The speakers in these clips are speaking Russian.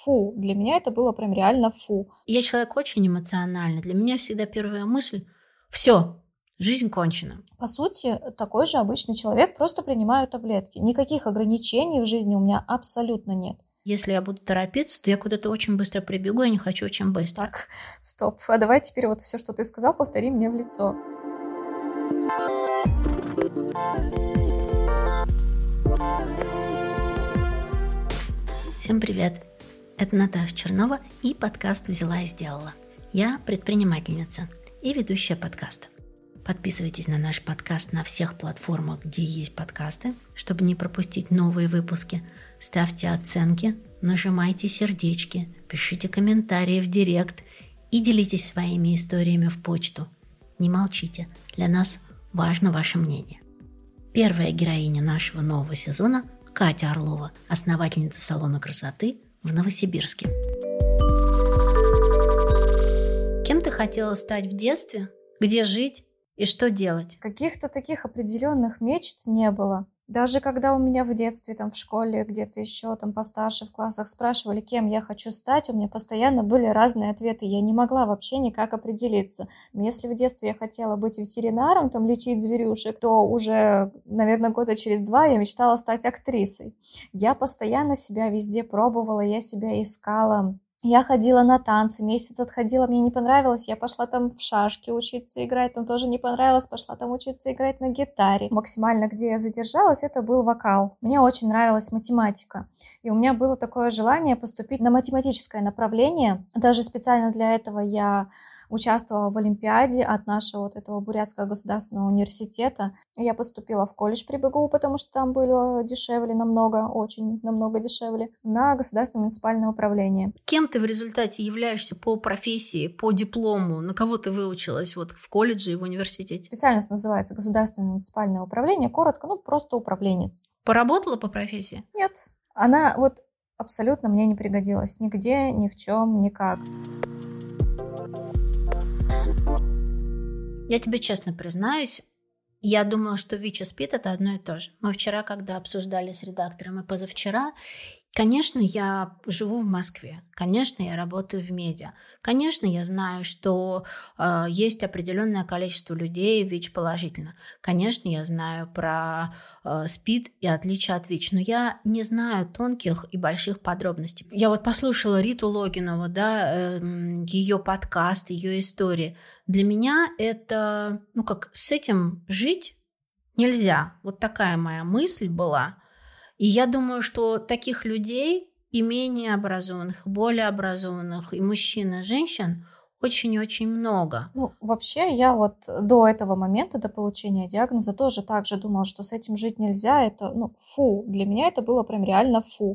фу. Для меня это было прям реально фу. Я человек очень эмоциональный. Для меня всегда первая мысль: все, жизнь кончена. По сути, такой же обычный человек, просто принимаю таблетки. Никаких ограничений в жизни у меня абсолютно нет. Если я буду торопиться, то я куда-то очень быстро прибегу, я не хочу очень быстро. Так, стоп. А давай теперь вот все, что ты сказал, повтори мне в лицо. Всем привет! Это Наташа Чернова и подкаст «Взяла и сделала». Я предпринимательница и ведущая подкаста. Подписывайтесь на наш подкаст на всех платформах, где есть подкасты, чтобы не пропустить новые выпуски. Ставьте оценки, нажимайте сердечки, пишите комментарии в директ и делитесь своими историями в почту. Не молчите, для нас важно ваше мнение. Первая героиня нашего нового сезона – Катя Орлова, основательница салона красоты в Новосибирске. Кем ты хотела стать в детстве? Где жить? И что делать? Каких-то таких определенных мечт не было. Даже когда у меня в детстве, в школе, где-то еще, постарше в классах спрашивали, кем я хочу стать, у меня постоянно были разные ответы. Я не могла вообще никак определиться. Если в детстве я хотела быть ветеринаром, лечить зверюшек, то уже, наверное, года через 2 я мечтала стать актрисой. Я постоянно себя везде пробовала, я себя искала. Я ходила на танцы, месяц отходила, мне не понравилось, я пошла в шашки учиться играть, тоже не понравилось, пошла учиться играть на гитаре. Максимально, где я задержалась, это был вокал. Мне очень нравилась математика, и у меня было такое желание поступить на математическое направление. Даже специально для этого я участвовала в олимпиаде от нашего этого Бурятского государственного университета. Я поступила в колледж при БГУ, потому что там было дешевле намного, очень намного дешевле, на государственное муниципальное управление. Кем ты в результате являешься по профессии, по диплому? На кого ты выучилась в колледже и в университете? Специальность называется государственное муниципальное управление, коротко, просто управленец. Поработала по профессии? Нет, она абсолютно мне не пригодилась нигде, ни в чем, никак. Я тебе честно признаюсь, я думала, что ВИЧ и СПИД – это одно и то же. Мы вчера, когда обсуждали с редактором, и позавчера, конечно, я живу в Москве, конечно, я работаю в медиа, конечно, я знаю, что есть определенное количество людей ВИЧ положительно, конечно, я знаю про СПИД и отличие от ВИЧ, но я не знаю тонких и больших подробностей. Я послушала Риту Логинову, ее подкаст, ее истории. Для меня это, с этим жить нельзя. Вот такая моя мысль была. И я думаю, что таких людей, и менее образованных, и более образованных, и мужчин, и женщин очень-очень много. Вообще, я до этого момента, до получения диагноза, тоже так же думала, что с этим жить нельзя. Это, фу. Для меня это было прям реально фу.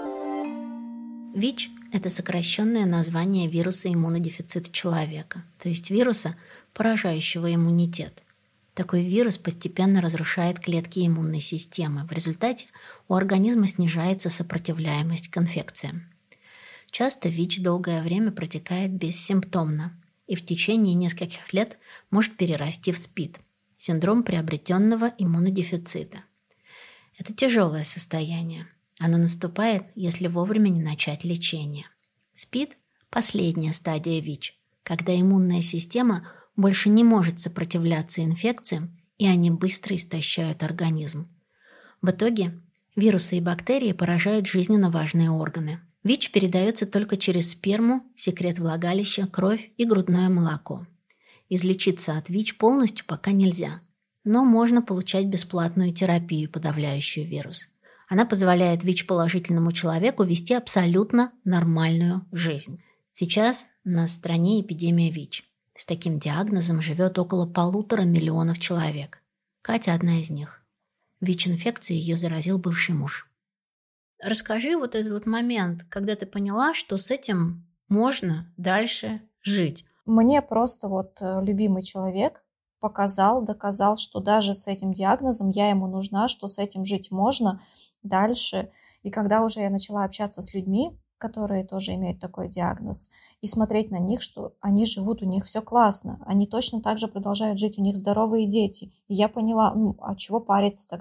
ВИЧ – это сокращенное название вируса иммунодефицита человека, то есть вируса, поражающего иммунитет. Такой вирус постепенно разрушает клетки иммунной системы. В результате у организма снижается сопротивляемость к инфекциям. Часто ВИЧ долгое время протекает бессимптомно и в течение нескольких лет может перерасти в СПИД – синдром приобретенного иммунодефицита. Это тяжелое состояние. Оно наступает, если вовремя не начать лечение. СПИД – последняя стадия ВИЧ, когда иммунная система больше не может сопротивляться инфекциям, и они быстро истощают организм. В итоге вирусы и бактерии поражают жизненно важные органы. ВИЧ передается только через сперму, секрет влагалища, кровь и грудное молоко. Излечиться от ВИЧ полностью пока нельзя, но можно получать бесплатную терапию, подавляющую вирус. Она позволяет ВИЧ-положительному человеку вести абсолютно нормальную жизнь. Сейчас на стране эпидемия ВИЧ. С таким диагнозом живет около 1,5 миллиона человек. Катя одна из них. ВИЧ-инфекцией ее заразил бывший муж. Расскажи этот момент, когда ты поняла, что с этим можно дальше жить. Мне просто любимый человек доказал, что даже с этим диагнозом я ему нужна, что с этим жить можно дальше. И когда уже я начала общаться с людьми, которые тоже имеют такой диагноз, и смотреть на них, что они живут, у них все классно, они точно так же продолжают жить, у них здоровые дети. И я поняла, а чего париться тогда?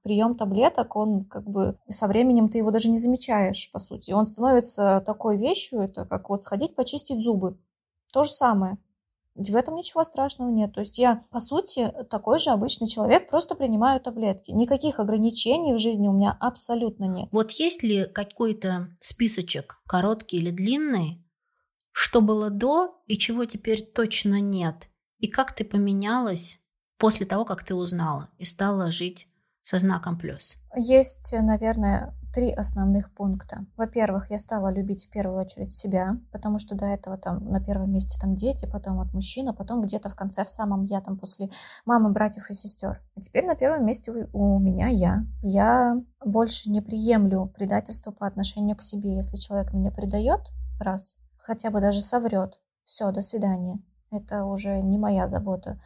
прием таблеток, он как бы со временем ты его даже не замечаешь, по сути. Он становится такой вещью, это как вот сходить почистить зубы. То же самое. В этом ничего страшного нет. То есть я, по сути, такой же обычный человек, просто принимаю таблетки. Никаких ограничений в жизни у меня абсолютно нет. Вот есть ли какой-то списочек, короткий или длинный, что было до и чего теперь точно нет? И как ты поменялась после того, как ты узнала и стала жить со знаком плюс? Есть, наверное, 3 основных пункта. Во-первых, я стала любить в первую очередь себя, потому что до этого там на первом месте там дети, потом вот мужчина, потом где-то в конце, в самом я там после мамы, братьев и сестер. А теперь на первом месте у меня я. Я больше не приемлю предательство по отношению к себе. Если человек меня предает, раз, хотя бы даже соврет, все, до свидания. Это уже не моя забота.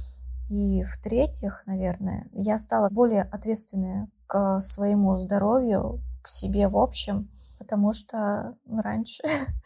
И в-третьих, наверное, я стала более ответственная к своему здоровью, к себе в общем, потому что раньше,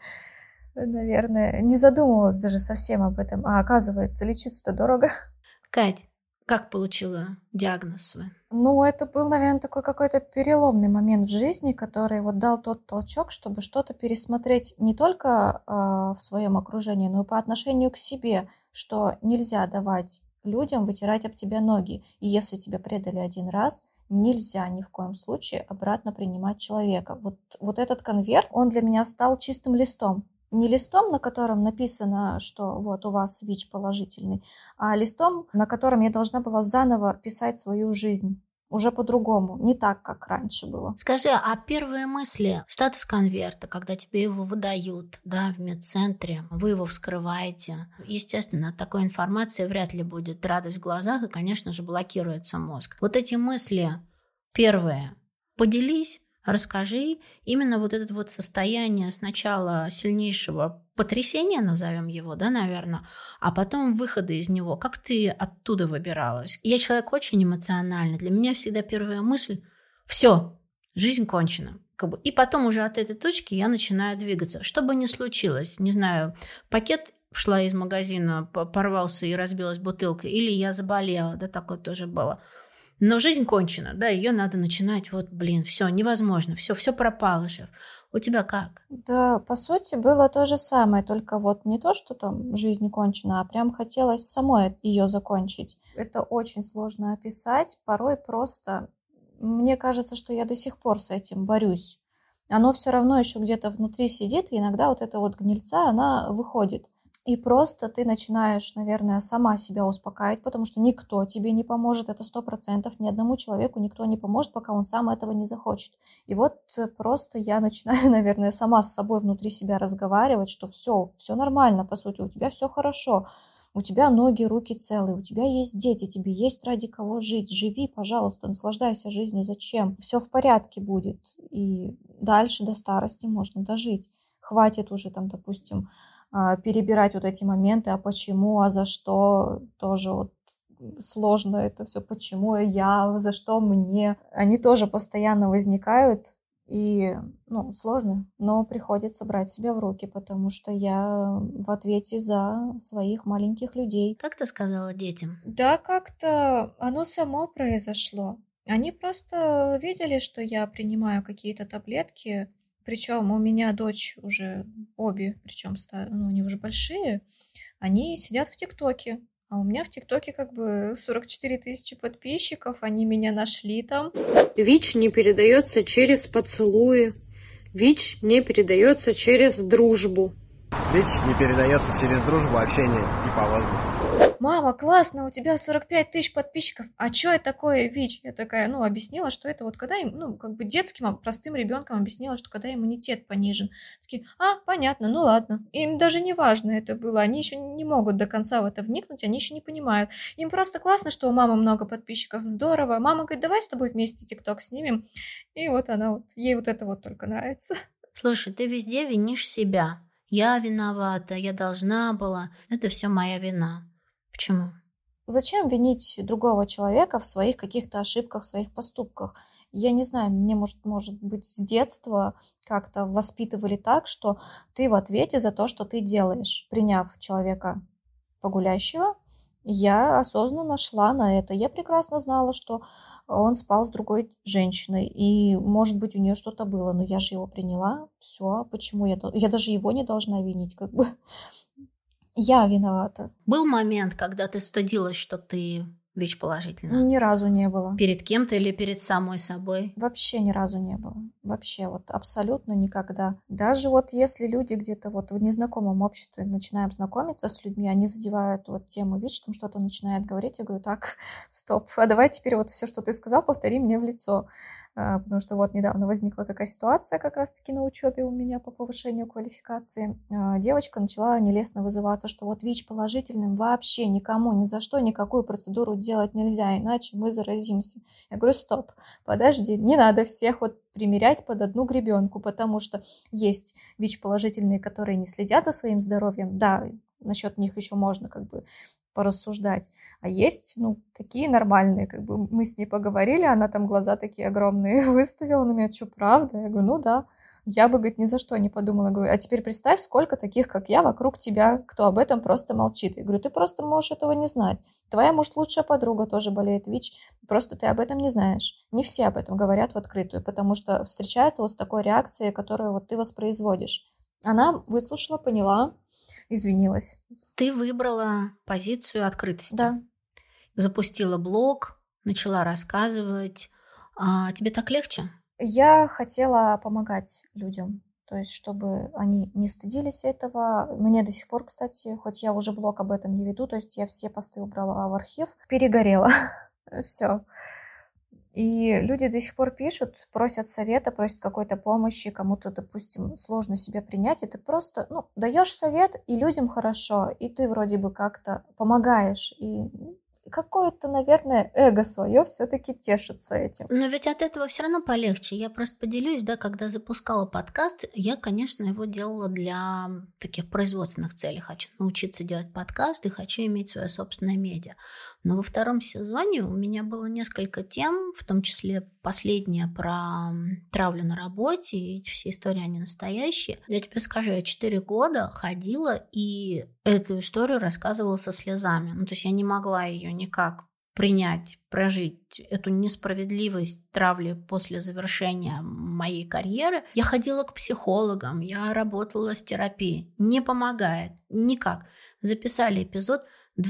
наверное, не задумывалась даже совсем об этом. А оказывается, лечиться-то дорого. Кать, как получила диагноз свой? Ну, это был, наверное, такой какой-то переломный момент в жизни, который вот дал тот толчок, чтобы что-то пересмотреть не только в своем окружении, но и по отношению к себе, что нельзя давать людям вытирать об тебя ноги. И если тебя предали один раз, нельзя ни в коем случае обратно принимать человека. Вот этот конверт, он для меня стал чистым листом. Не листом, на котором написано, что вот у вас ВИЧ положительный, а листом, на котором я должна была заново писать свою жизнь. Уже по-другому, не так, как раньше было. Скажи, а первые мысли, статус конверта, когда тебе его выдают, да, в медцентре, вы его вскрываете, естественно, от такой информации вряд ли будет радость в глазах, и, конечно же, блокируется мозг. Вот эти мысли первые, поделись, расскажи, именно вот это вот состояние сначала сильнейшего потрясения, назовем его, да, наверное, а потом выхода из него. Как ты оттуда выбиралась? Я человек очень эмоциональный. Для меня всегда первая мысль – все, жизнь кончена. И потом уже от этой точки я начинаю двигаться. Что бы ни случилось, не знаю, пакет шла из магазина, порвался и разбилась бутылка, или я заболела, да, такое тоже было. Но жизнь кончена, да, ее надо начинать, вот, все, невозможно, все пропало, шеф. У тебя как? Да, по сути, было то же самое, только вот не то, что там жизнь кончена, а прям хотелось самой ее закончить. Это очень сложно описать, порой просто, мне кажется, что я до сих пор с этим борюсь. Оно все равно еще где-то внутри сидит, и иногда вот эта вот гнильца, она выходит. И просто ты начинаешь, наверное, сама себя успокаивать, потому что никто тебе не поможет, это 100%, ни одному человеку никто не поможет, пока он сам этого не захочет. И вот просто я начинаю, наверное, сама с собой внутри себя разговаривать, что все нормально, по сути, у тебя все хорошо, у тебя ноги, руки целые, у тебя есть дети, тебе есть ради кого жить, живи, пожалуйста, наслаждайся жизнью, зачем? Все в порядке будет, и дальше до старости можно дожить. Хватит уже там, допустим, перебирать вот эти моменты, а почему, а за что, тоже вот сложно это все, почему я, за что мне. Они тоже постоянно возникают, и, сложно, но приходится брать себя в руки, потому что я в ответе за своих маленьких людей. Как ты сказала детям? Да, как-то оно само произошло. Они просто видели, что я принимаю какие-то таблетки, причем у меня дочь уже обе, причем они уже большие, они сидят в ТикТоке. А у меня в ТикТоке 44 тысячи подписчиков, они меня нашли там. ВИЧ не передается через поцелуи. ВИЧ не передается через дружбу. ВИЧ не передается через дружбу, общение и по воздуху. Мама, классно, у тебя 45 тысяч подписчиков. А что это такое ВИЧ? Я такая, объяснила, что это вот когда им, детским, простым ребенком объяснила, что когда иммунитет понижен. Такие, понятно, ладно. Им даже не важно это было. Они еще не могут до конца в это вникнуть, они еще не понимают. Им просто классно, что у мамы много подписчиков, здорово. Мама говорит, давай с тобой вместе ТикТок снимем. И вот она ей вот это вот только нравится. Слушай, ты везде винишь себя. Я виновата, я должна была. Это все моя вина. Почему? Зачем винить другого человека в своих каких-то ошибках, в своих поступках? Я не знаю, мне, может быть, с детства как-то воспитывали так, что ты в ответе за то, что ты делаешь. Приняв человека погуляющего, Я осознанно шла на это. Я прекрасно знала, что он спал с другой женщиной, и, может быть, у нее что-то было, но я же его приняла. Все, почему я даже его не должна винить, как бы. Я виновата. Был момент, когда ты стыдилась, что ты ВИЧ-положительна? Ни разу не было. Перед кем-то или перед самой собой? Вообще ни разу не было. Вообще вот абсолютно никогда. Даже вот если люди где-то вот в незнакомом обществе начинаем знакомиться с людьми, они задевают вот тему ВИЧ, там что-то начинают говорить, я говорю, так, стоп, а давай теперь вот все, что ты сказал, повтори мне в лицо. Потому что вот недавно возникла такая ситуация как раз-таки на учебе у меня по повышению квалификации. Девочка начала нелестно вызываться, что вот ВИЧ положительным вообще никому, ни за что, никакую процедуру делать нельзя, иначе мы заразимся. Я говорю, стоп, подожди, не надо всех вот примерять под одну гребенку, потому что есть ВИЧ-положительные, которые не следят за своим здоровьем. Да, насчет них еще можно как бы порассуждать. А есть, такие нормальные, как бы мы с ней поговорили, она там глаза такие огромные выставила на меня, что, правда? Я говорю, да. Я бы, говорит, ни за что не подумала. Говорю, а теперь представь, сколько таких, как я, вокруг тебя, кто об этом просто молчит. Я говорю, ты просто можешь этого не знать. Твоя, может, лучшая подруга тоже болеет ВИЧ, просто ты об этом не знаешь. Не все об этом говорят в открытую, потому что встречаются вот с такой реакцией, которую вот ты воспроизводишь. Она выслушала, поняла, извинилась. Ты выбрала позицию открытости. Да. Запустила блог, начала рассказывать. А тебе так легче? Я хотела помогать людям, то есть чтобы они не стыдились этого. Мне до сих пор, кстати, хоть я уже блог об этом не веду, то есть я все посты убрала в архив, перегорела. Все. И люди до сих пор пишут, просят совета, просят какой-то помощи, кому-то, допустим, сложно себя принять, и ты просто, даешь совет, и людям хорошо, и ты вроде бы как-то помогаешь, и какое-то, наверное, эго свое все-таки тешится этим. Но ведь от этого все равно полегче. Я просто поделюсь, когда запускала подкаст, я, конечно, его делала для таких производственных целей. Хочу научиться делать подкасты, хочу иметь свое собственное медиа. Но во втором сезоне у меня было несколько тем, в том числе последняя про травлю на работе, и эти все истории, они настоящие. Я тебе скажу, я 4 года ходила и эту историю рассказывала со слезами. То есть я не могла ее никак принять, прожить эту несправедливость травли после завершения моей карьеры. Я ходила к психологам, я работала с терапией. Не помогает никак. Записали эпизод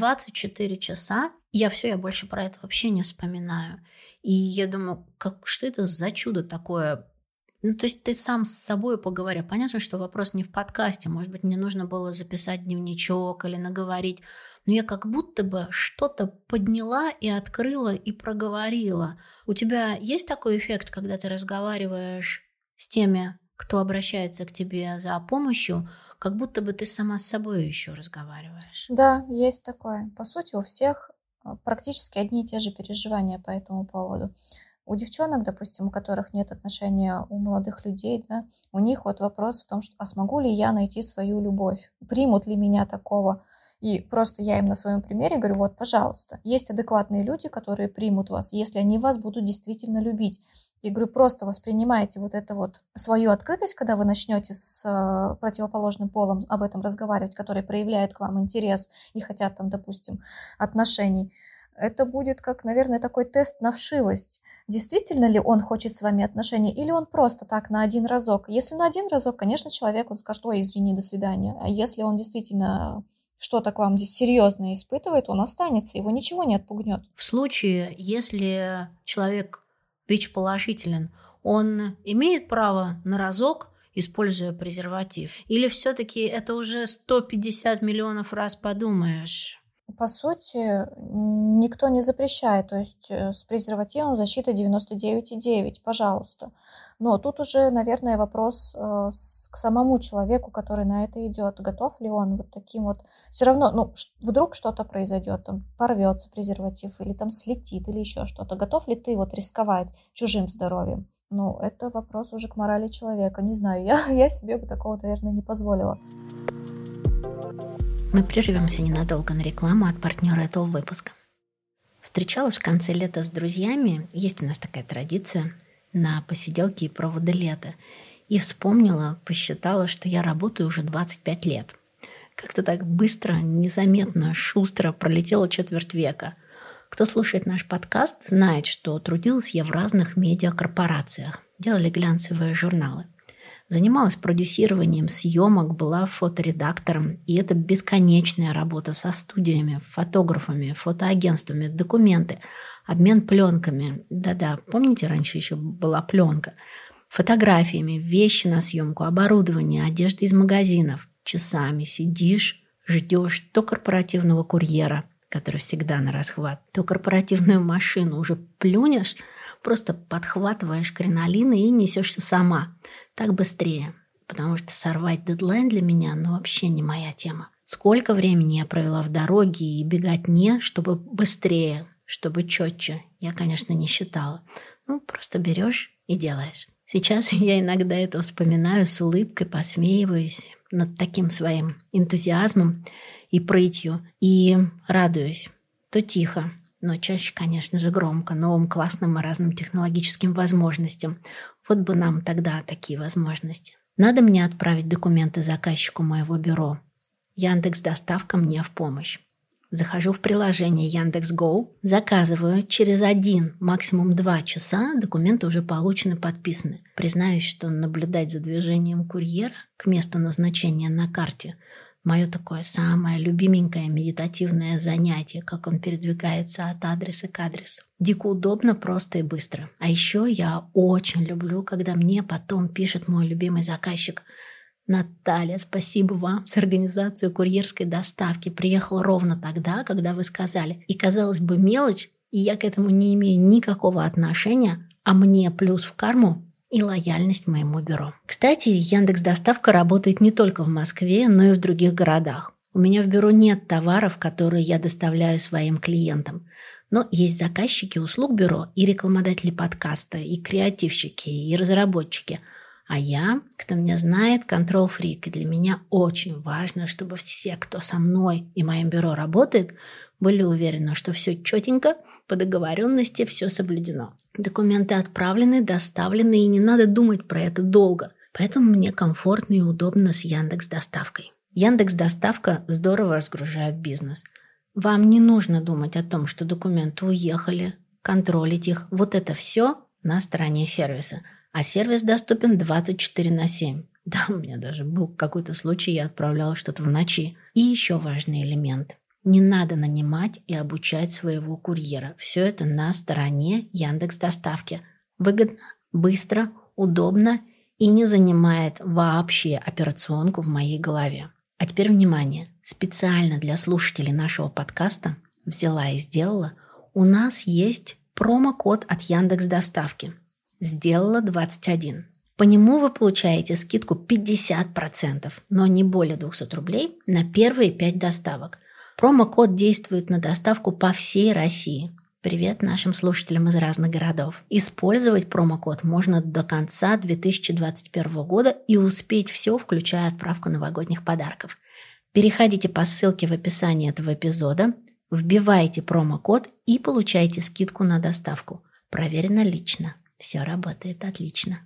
24 часа. Я больше про это вообще не вспоминаю. И я думаю, что это за чудо такое? То есть ты сам с собой поговори. Понятно, что вопрос не в подкасте. Может быть, мне нужно было записать дневничок или наговорить. Но я как будто бы что-то подняла и открыла и проговорила. У тебя есть такой эффект, когда ты разговариваешь с теми, кто обращается к тебе за помощью, как будто бы ты сама с собой еще разговариваешь? Да, есть такое. По сути, у всех практически одни и те же переживания по этому поводу. У девчонок, допустим, у которых нет отношения у молодых людей, да, у них вот вопрос в том, что, а смогу ли я найти свою любовь? Примут ли меня такого? И просто я им на своем примере говорю, вот, пожалуйста, есть адекватные люди, которые примут вас, если они вас будут действительно любить. Я говорю, просто воспринимайте вот это вот свою открытость, когда вы начнете с противоположным полом об этом разговаривать, который проявляет к вам интерес и хотят там, допустим, отношений. Это будет как, наверное, такой тест на вшивость. Действительно ли он хочет с вами отношений, или он просто так на один разок? Если на один разок, конечно, человек, он скажет, ой, извини, до свидания. А если он действительно что-то к вам здесь серьезное испытывает, он останется, его ничего не отпугнет. В случае, если человек ВИЧ-положителен, он имеет право на разок, используя презерватив? Или все-таки это уже 150 миллионов раз подумаешь? По сути, никто не запрещает, то есть с презервативом защита 99,9, пожалуйста. Но тут уже, наверное, вопрос к самому человеку, который на это идет. Готов ли он вот таким вот... Все равно, вдруг что-то произойдет, там порвется презерватив или там слетит или еще что-то. Готов ли ты вот рисковать чужим здоровьем? Это вопрос уже к морали человека. Не знаю, я себе бы такого, наверное, не позволила. Мы прервемся ненадолго на рекламу от партнера этого выпуска. Встречалась в конце лета с друзьями. Есть у нас такая традиция на посиделке и проводы лета. И вспомнила, посчитала, что я работаю уже 25 лет. Как-то так быстро, незаметно, шустро пролетело четверть века. Кто слушает наш подкаст, знает, что трудилась я в разных медиакорпорациях. Делали глянцевые журналы. Занималась продюсированием съемок, была фоторедактором. И это бесконечная работа со студиями, фотографами, фотоагентствами, документы, обмен пленками. Да-да, помните, раньше еще была пленка. Фотографиями, вещи на съемку, оборудование, одежда из магазинов. Часами сидишь, ждешь то корпоративного курьера, который всегда на расхват, то корпоративную машину уже плюнешь, просто подхватываешь кринолин и несешься сама. Так быстрее, потому что сорвать дедлайн для меня вообще не моя тема. Сколько времени я провела в дороге и беготне, чтобы быстрее, чтобы четче, я, конечно, не считала. Просто берешь и делаешь. Сейчас я иногда это вспоминаю с улыбкой, посмеиваюсь над таким своим энтузиазмом и прытью, и радуюсь. То тихо, но чаще, конечно же, громко, новым классным и разным технологическим возможностям. Вот бы нам тогда такие возможности. Надо мне отправить документы заказчику моего бюро. Яндекс.Доставка мне в помощь. Захожу в приложение Яндекс.Го, заказываю, через 1, максимум 2 часа документы уже получены, подписаны. Признаюсь, что наблюдать за движением курьера к месту назначения на карте – мое такое самое любименькое медитативное занятие, как он передвигается от адреса к адресу. Дико удобно, просто и быстро. А еще я очень люблю, когда мне потом пишет мой любимый заказчик: «Наталья, спасибо вам за организацию курьерской доставки. Приехал ровно тогда, когда вы сказали. И, казалось бы, мелочь, и я к этому не имею никакого отношения, а мне плюс в карму и лояльность моему бюро». Кстати, Яндекс.Доставка работает не только в Москве, но и в других городах. У меня в бюро нет товаров, которые я доставляю своим клиентам. Но есть заказчики услуг бюро и рекламодатели подкаста, и креативщики, и разработчики. А я, кто меня знает, контрол-фрик, и для меня очень важно, чтобы все, кто со мной и моим бюро работает, были уверены, что все четенько, по договоренности все соблюдено. Документы отправлены, доставлены, и не надо думать про это долго. Поэтому мне комфортно и удобно с Яндекс.Доставкой. Яндекс.Доставка здорово разгружает бизнес. Вам не нужно думать о том, что документы уехали, контролить их. Вот это все на стороне сервиса. А сервис доступен 24/7. Да, у меня даже был какой-то случай, я отправляла что-то в ночи. И еще важный элемент. Не надо нанимать и обучать своего курьера. Все это на стороне Яндекс.Доставки. Выгодно, быстро, удобно и не занимает вообще операционку в моей голове. А теперь внимание. Специально для слушателей нашего подкаста взяла и сделала. У нас есть промокод от Яндекс.Доставки. Сделала 21. По нему вы получаете скидку 50%, но не более 200 рублей на первые 5 доставок. Промокод действует на доставку по всей России. Привет нашим слушателям из разных городов. Использовать промокод можно до конца 2021 года и успеть все, включая отправку новогодних подарков. Переходите по ссылке в описании этого эпизода, вбивайте промокод и получайте скидку на доставку. Проверено лично. Все работает отлично.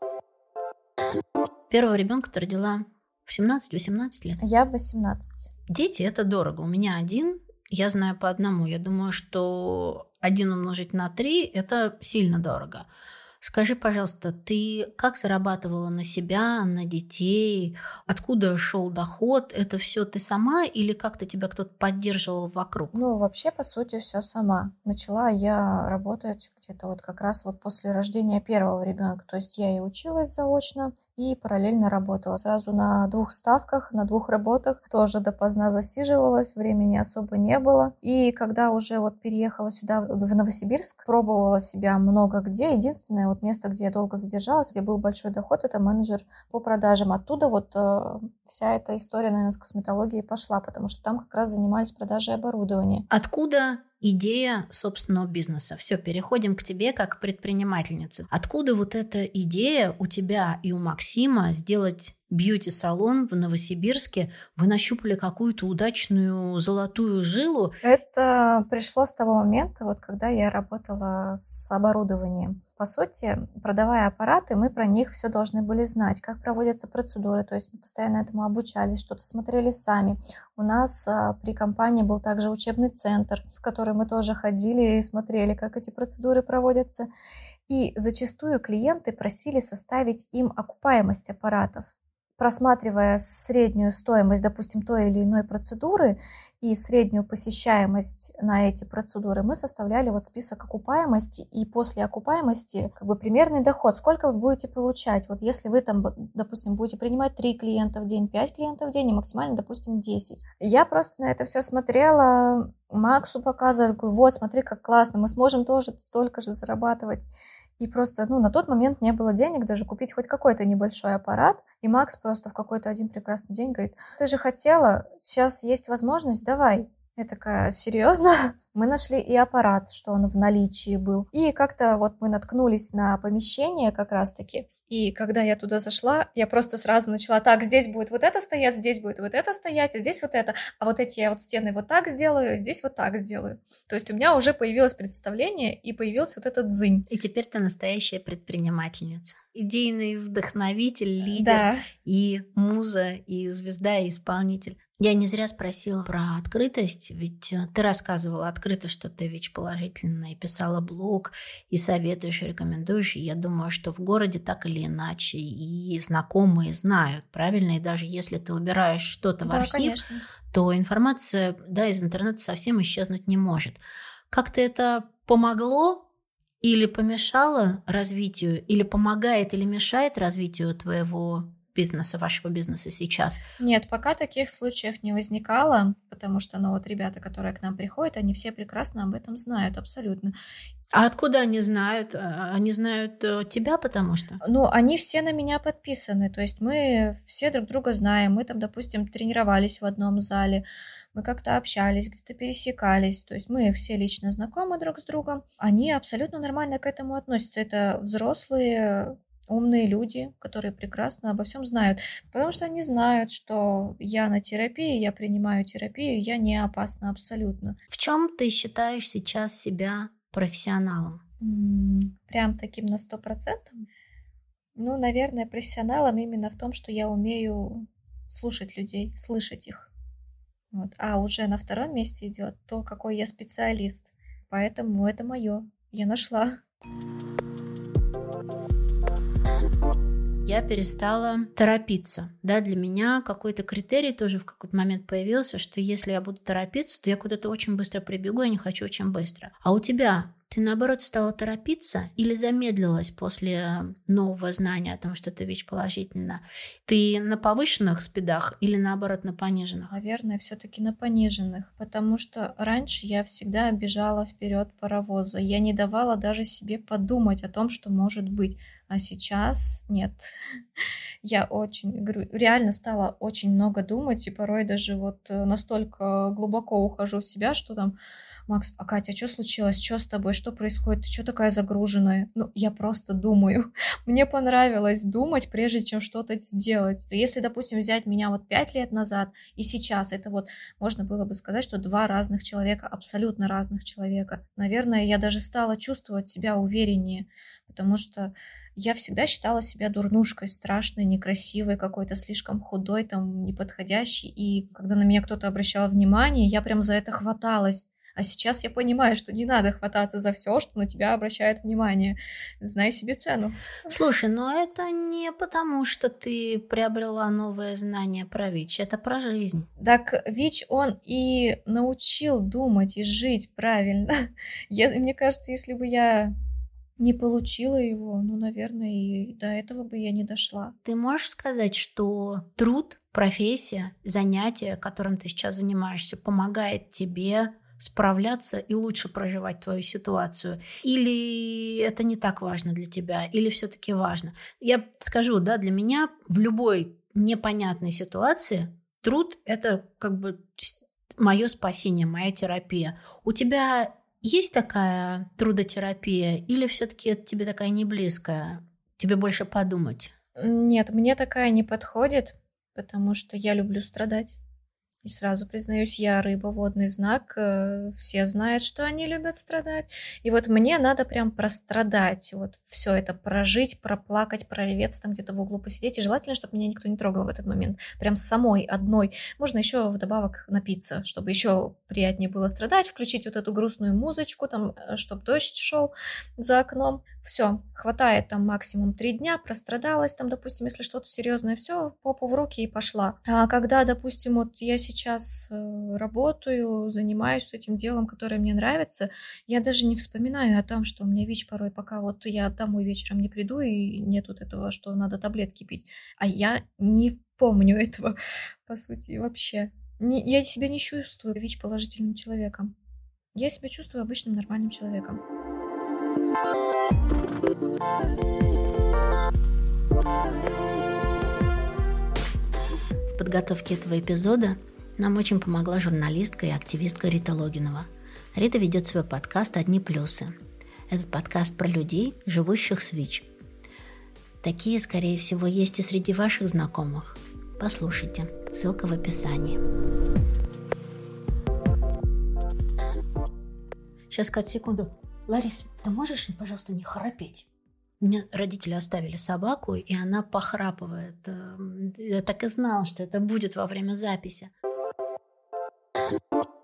Первого ребенка ты родила в 17-18 лет? Я в 18. Дети – это дорого. У меня один, я знаю по одному. Я думаю, что 1 умножить на 3 – это сильно дорого. Скажи, пожалуйста, ты как зарабатывала на себя, на детей? Откуда шел доход? Это все ты сама или как-то тебя кто-то поддерживал вокруг? Вообще, по сути, все сама. Начала я работать где-то как раз после рождения первого ребенка. То есть я и училась заочно, и параллельно работала. Сразу на 2 ставках, на 2 работах. Тоже допоздна засиживалась, времени особо не было. И когда уже переехала сюда, в Новосибирск, пробовала себя много где. Единственное место, где я долго задержалась, где был большой доход, это менеджер по продажам. Оттуда вся эта история, наверное, с косметологией пошла, потому что там как раз занимались продажей оборудования. Откуда идея собственного бизнеса? Все, переходим к тебе как предпринимательнице. Откуда эта идея у тебя и у Максима сделать бьюти-салон в Новосибирске, вы нащупали какую-то удачную золотую жилу. Это пришло с того момента, вот когда я работала с оборудованием. По сути, продавая аппараты, мы про них все должны были знать, как проводятся процедуры, то есть мы постоянно этому обучались, что-то смотрели сами. У нас при компании был также учебный центр, в который мы тоже ходили и смотрели, как эти процедуры проводятся. И зачастую клиенты просили составить им окупаемость аппаратов, просматривая среднюю стоимость, допустим, той или иной процедуры и среднюю посещаемость на эти процедуры, мы составляли вот список окупаемости, и после окупаемости как бы примерный доход, сколько вы будете получать. Вот если вы там, допустим, будете принимать 3 клиента в день, 5 клиентов в день и максимально, допустим, 10. Я просто на это все смотрела, Максу показывала, говорю, вот, смотри, как классно, мы сможем тоже столько же зарабатывать. И просто, на тот момент не было денег даже купить хоть какой-то небольшой аппарат. И Макс просто в какой-то один прекрасный день говорит, ты же хотела, сейчас есть возможность, давай. Я такая, серьезно? Мы нашли и аппарат, что он в наличии был. И как-то вот мы наткнулись на помещение как раз-таки. И когда я туда зашла, я просто сразу начала, так, здесь будет вот это стоять, здесь будет вот это стоять, а здесь вот это, а вот эти я вот стены вот так сделаю, здесь вот так сделаю. То есть у меня уже появилось представление и появился вот этот дзынь. И теперь ты настоящая предпринимательница. Идейный вдохновитель, лидер, да. И муза, и звезда, и исполнитель. Я не зря спросила про открытость, ведь ты рассказывала открыто, что ты ВИЧ-положительная, и писала блог, и советуешь, и рекомендуешь. И я думаю, что в городе так или иначе и знакомые знают, правильно? И даже если ты убираешь что-то в архив, конечно, то информация, из интернета совсем исчезнуть не может. Как-то это помогло или помешало развитию, или помогает, или мешает развитию твоего бизнеса, вашего бизнеса сейчас? Нет, пока таких случаев не возникало, потому что, ребята, которые к нам приходят, они все прекрасно об этом знают, абсолютно. А откуда они знают? Они знают тебя, потому что? Они все на меня подписаны, то есть мы все друг друга знаем, мы там, допустим, тренировались в одном зале, мы как-то общались, где-то пересекались, то есть мы все лично знакомы друг с другом, они абсолютно нормально к этому относятся, это взрослые, умные люди, которые прекрасно обо всем знают, потому что они знают, что я на терапии, я принимаю терапию, я не опасна абсолютно. В чем ты считаешь сейчас себя профессионалом? Прям таким на 100%? Наверное, профессионалом именно в том, что я умею слушать людей, слышать их. Вот. А уже на втором месте идет то, какой я специалист. Поэтому это мое. Я нашла. Я перестала торопиться. Для меня какой-то критерий тоже в какой-то момент появился, что если я буду торопиться, то я куда-то очень быстро прибегу, я не хочу очень быстро. А у тебя? Ты, наоборот, стала торопиться или замедлилась после нового знания о том, что ты ВИЧ-положительна? Ты на повышенных спидах или, наоборот, на пониженных? Наверное, все-таки на пониженных, потому что раньше я всегда бежала вперед паровоза. Я не давала даже себе подумать о том, что может быть. А сейчас нет. Я реально стала очень много думать, и порой даже настолько глубоко ухожу в себя, что там: Макс, а Катя, что случилось? Что с тобой? Что происходит? Ты что такая загруженная? Я просто думаю. Мне понравилось думать, прежде чем что-то сделать. Если, допустим, взять меня 5 лет назад и сейчас, это можно было бы сказать, что 2 разных человека, абсолютно разных человека. Наверное, я даже стала чувствовать себя увереннее, потому что я всегда считала себя дурнушкой, страшной, некрасивой, какой-то слишком худой, неподходящей. И когда на меня кто-то обращал внимание, я прям за это хваталась. А сейчас я понимаю, что не надо хвататься за все, что на тебя обращает внимание. Знай себе цену. Слушай, это не потому, что ты приобрела новое знание про ВИЧ, это про жизнь. Так ВИЧ, он и научил думать и жить правильно. Мне кажется, если бы я не получила его, наверное, и до этого бы я не дошла. Ты можешь сказать, что труд, профессия, занятие, которым ты сейчас занимаешься, помогает тебе справляться и лучше проживать твою ситуацию? Или это не так важно для тебя? Или все-таки важно? Я скажу, для меня в любой непонятной ситуации труд – это мое спасение, моя терапия. У тебя есть такая трудотерапия или все-таки это тебе такая не близкая? Тебе больше подумать? Нет, мне такая не подходит, потому что я люблю страдать. И сразу признаюсь, я рыба, водный знак. Все знают, что они любят страдать. И вот мне надо прям прострадать, вот все это прожить, проплакать, прореветься, там где-то в углу посидеть. И желательно, чтобы меня никто не трогал в этот момент. Прям самой одной. Можно еще вдобавок напиться, чтобы еще приятнее было страдать, включить вот эту грустную музычку, там, чтобы дождь шел за окном. Все, хватает там максимум 3 дня, прострадалась, там, допустим, если что-то серьезное, все, попу в руки и пошла. А когда, допустим, вот я сейчас работаю, занимаюсь этим делом, которое мне нравится, я даже не вспоминаю о том, что у меня ВИЧ порой, пока вот я домой вечером не приду и нет вот этого, что надо таблетки пить. А я не помню этого, по сути, вообще. Я себя не чувствую ВИЧ-положительным человеком. Я себя чувствую обычным нормальным человеком. В подготовке этого эпизода нам очень помогла журналистка и активистка Рита Логинова. Рита ведет свой подкаст «Одни плюсы». Этот подкаст про людей, живущих с ВИЧ. Такие, скорее всего, есть и среди ваших знакомых. Послушайте, ссылка в описании. Сейчас, Кать, секунду. Ларис, ты можешь, пожалуйста, не храпеть? Мне родители оставили собаку, и она похрапывает. Я так и знала, что это будет во время записи.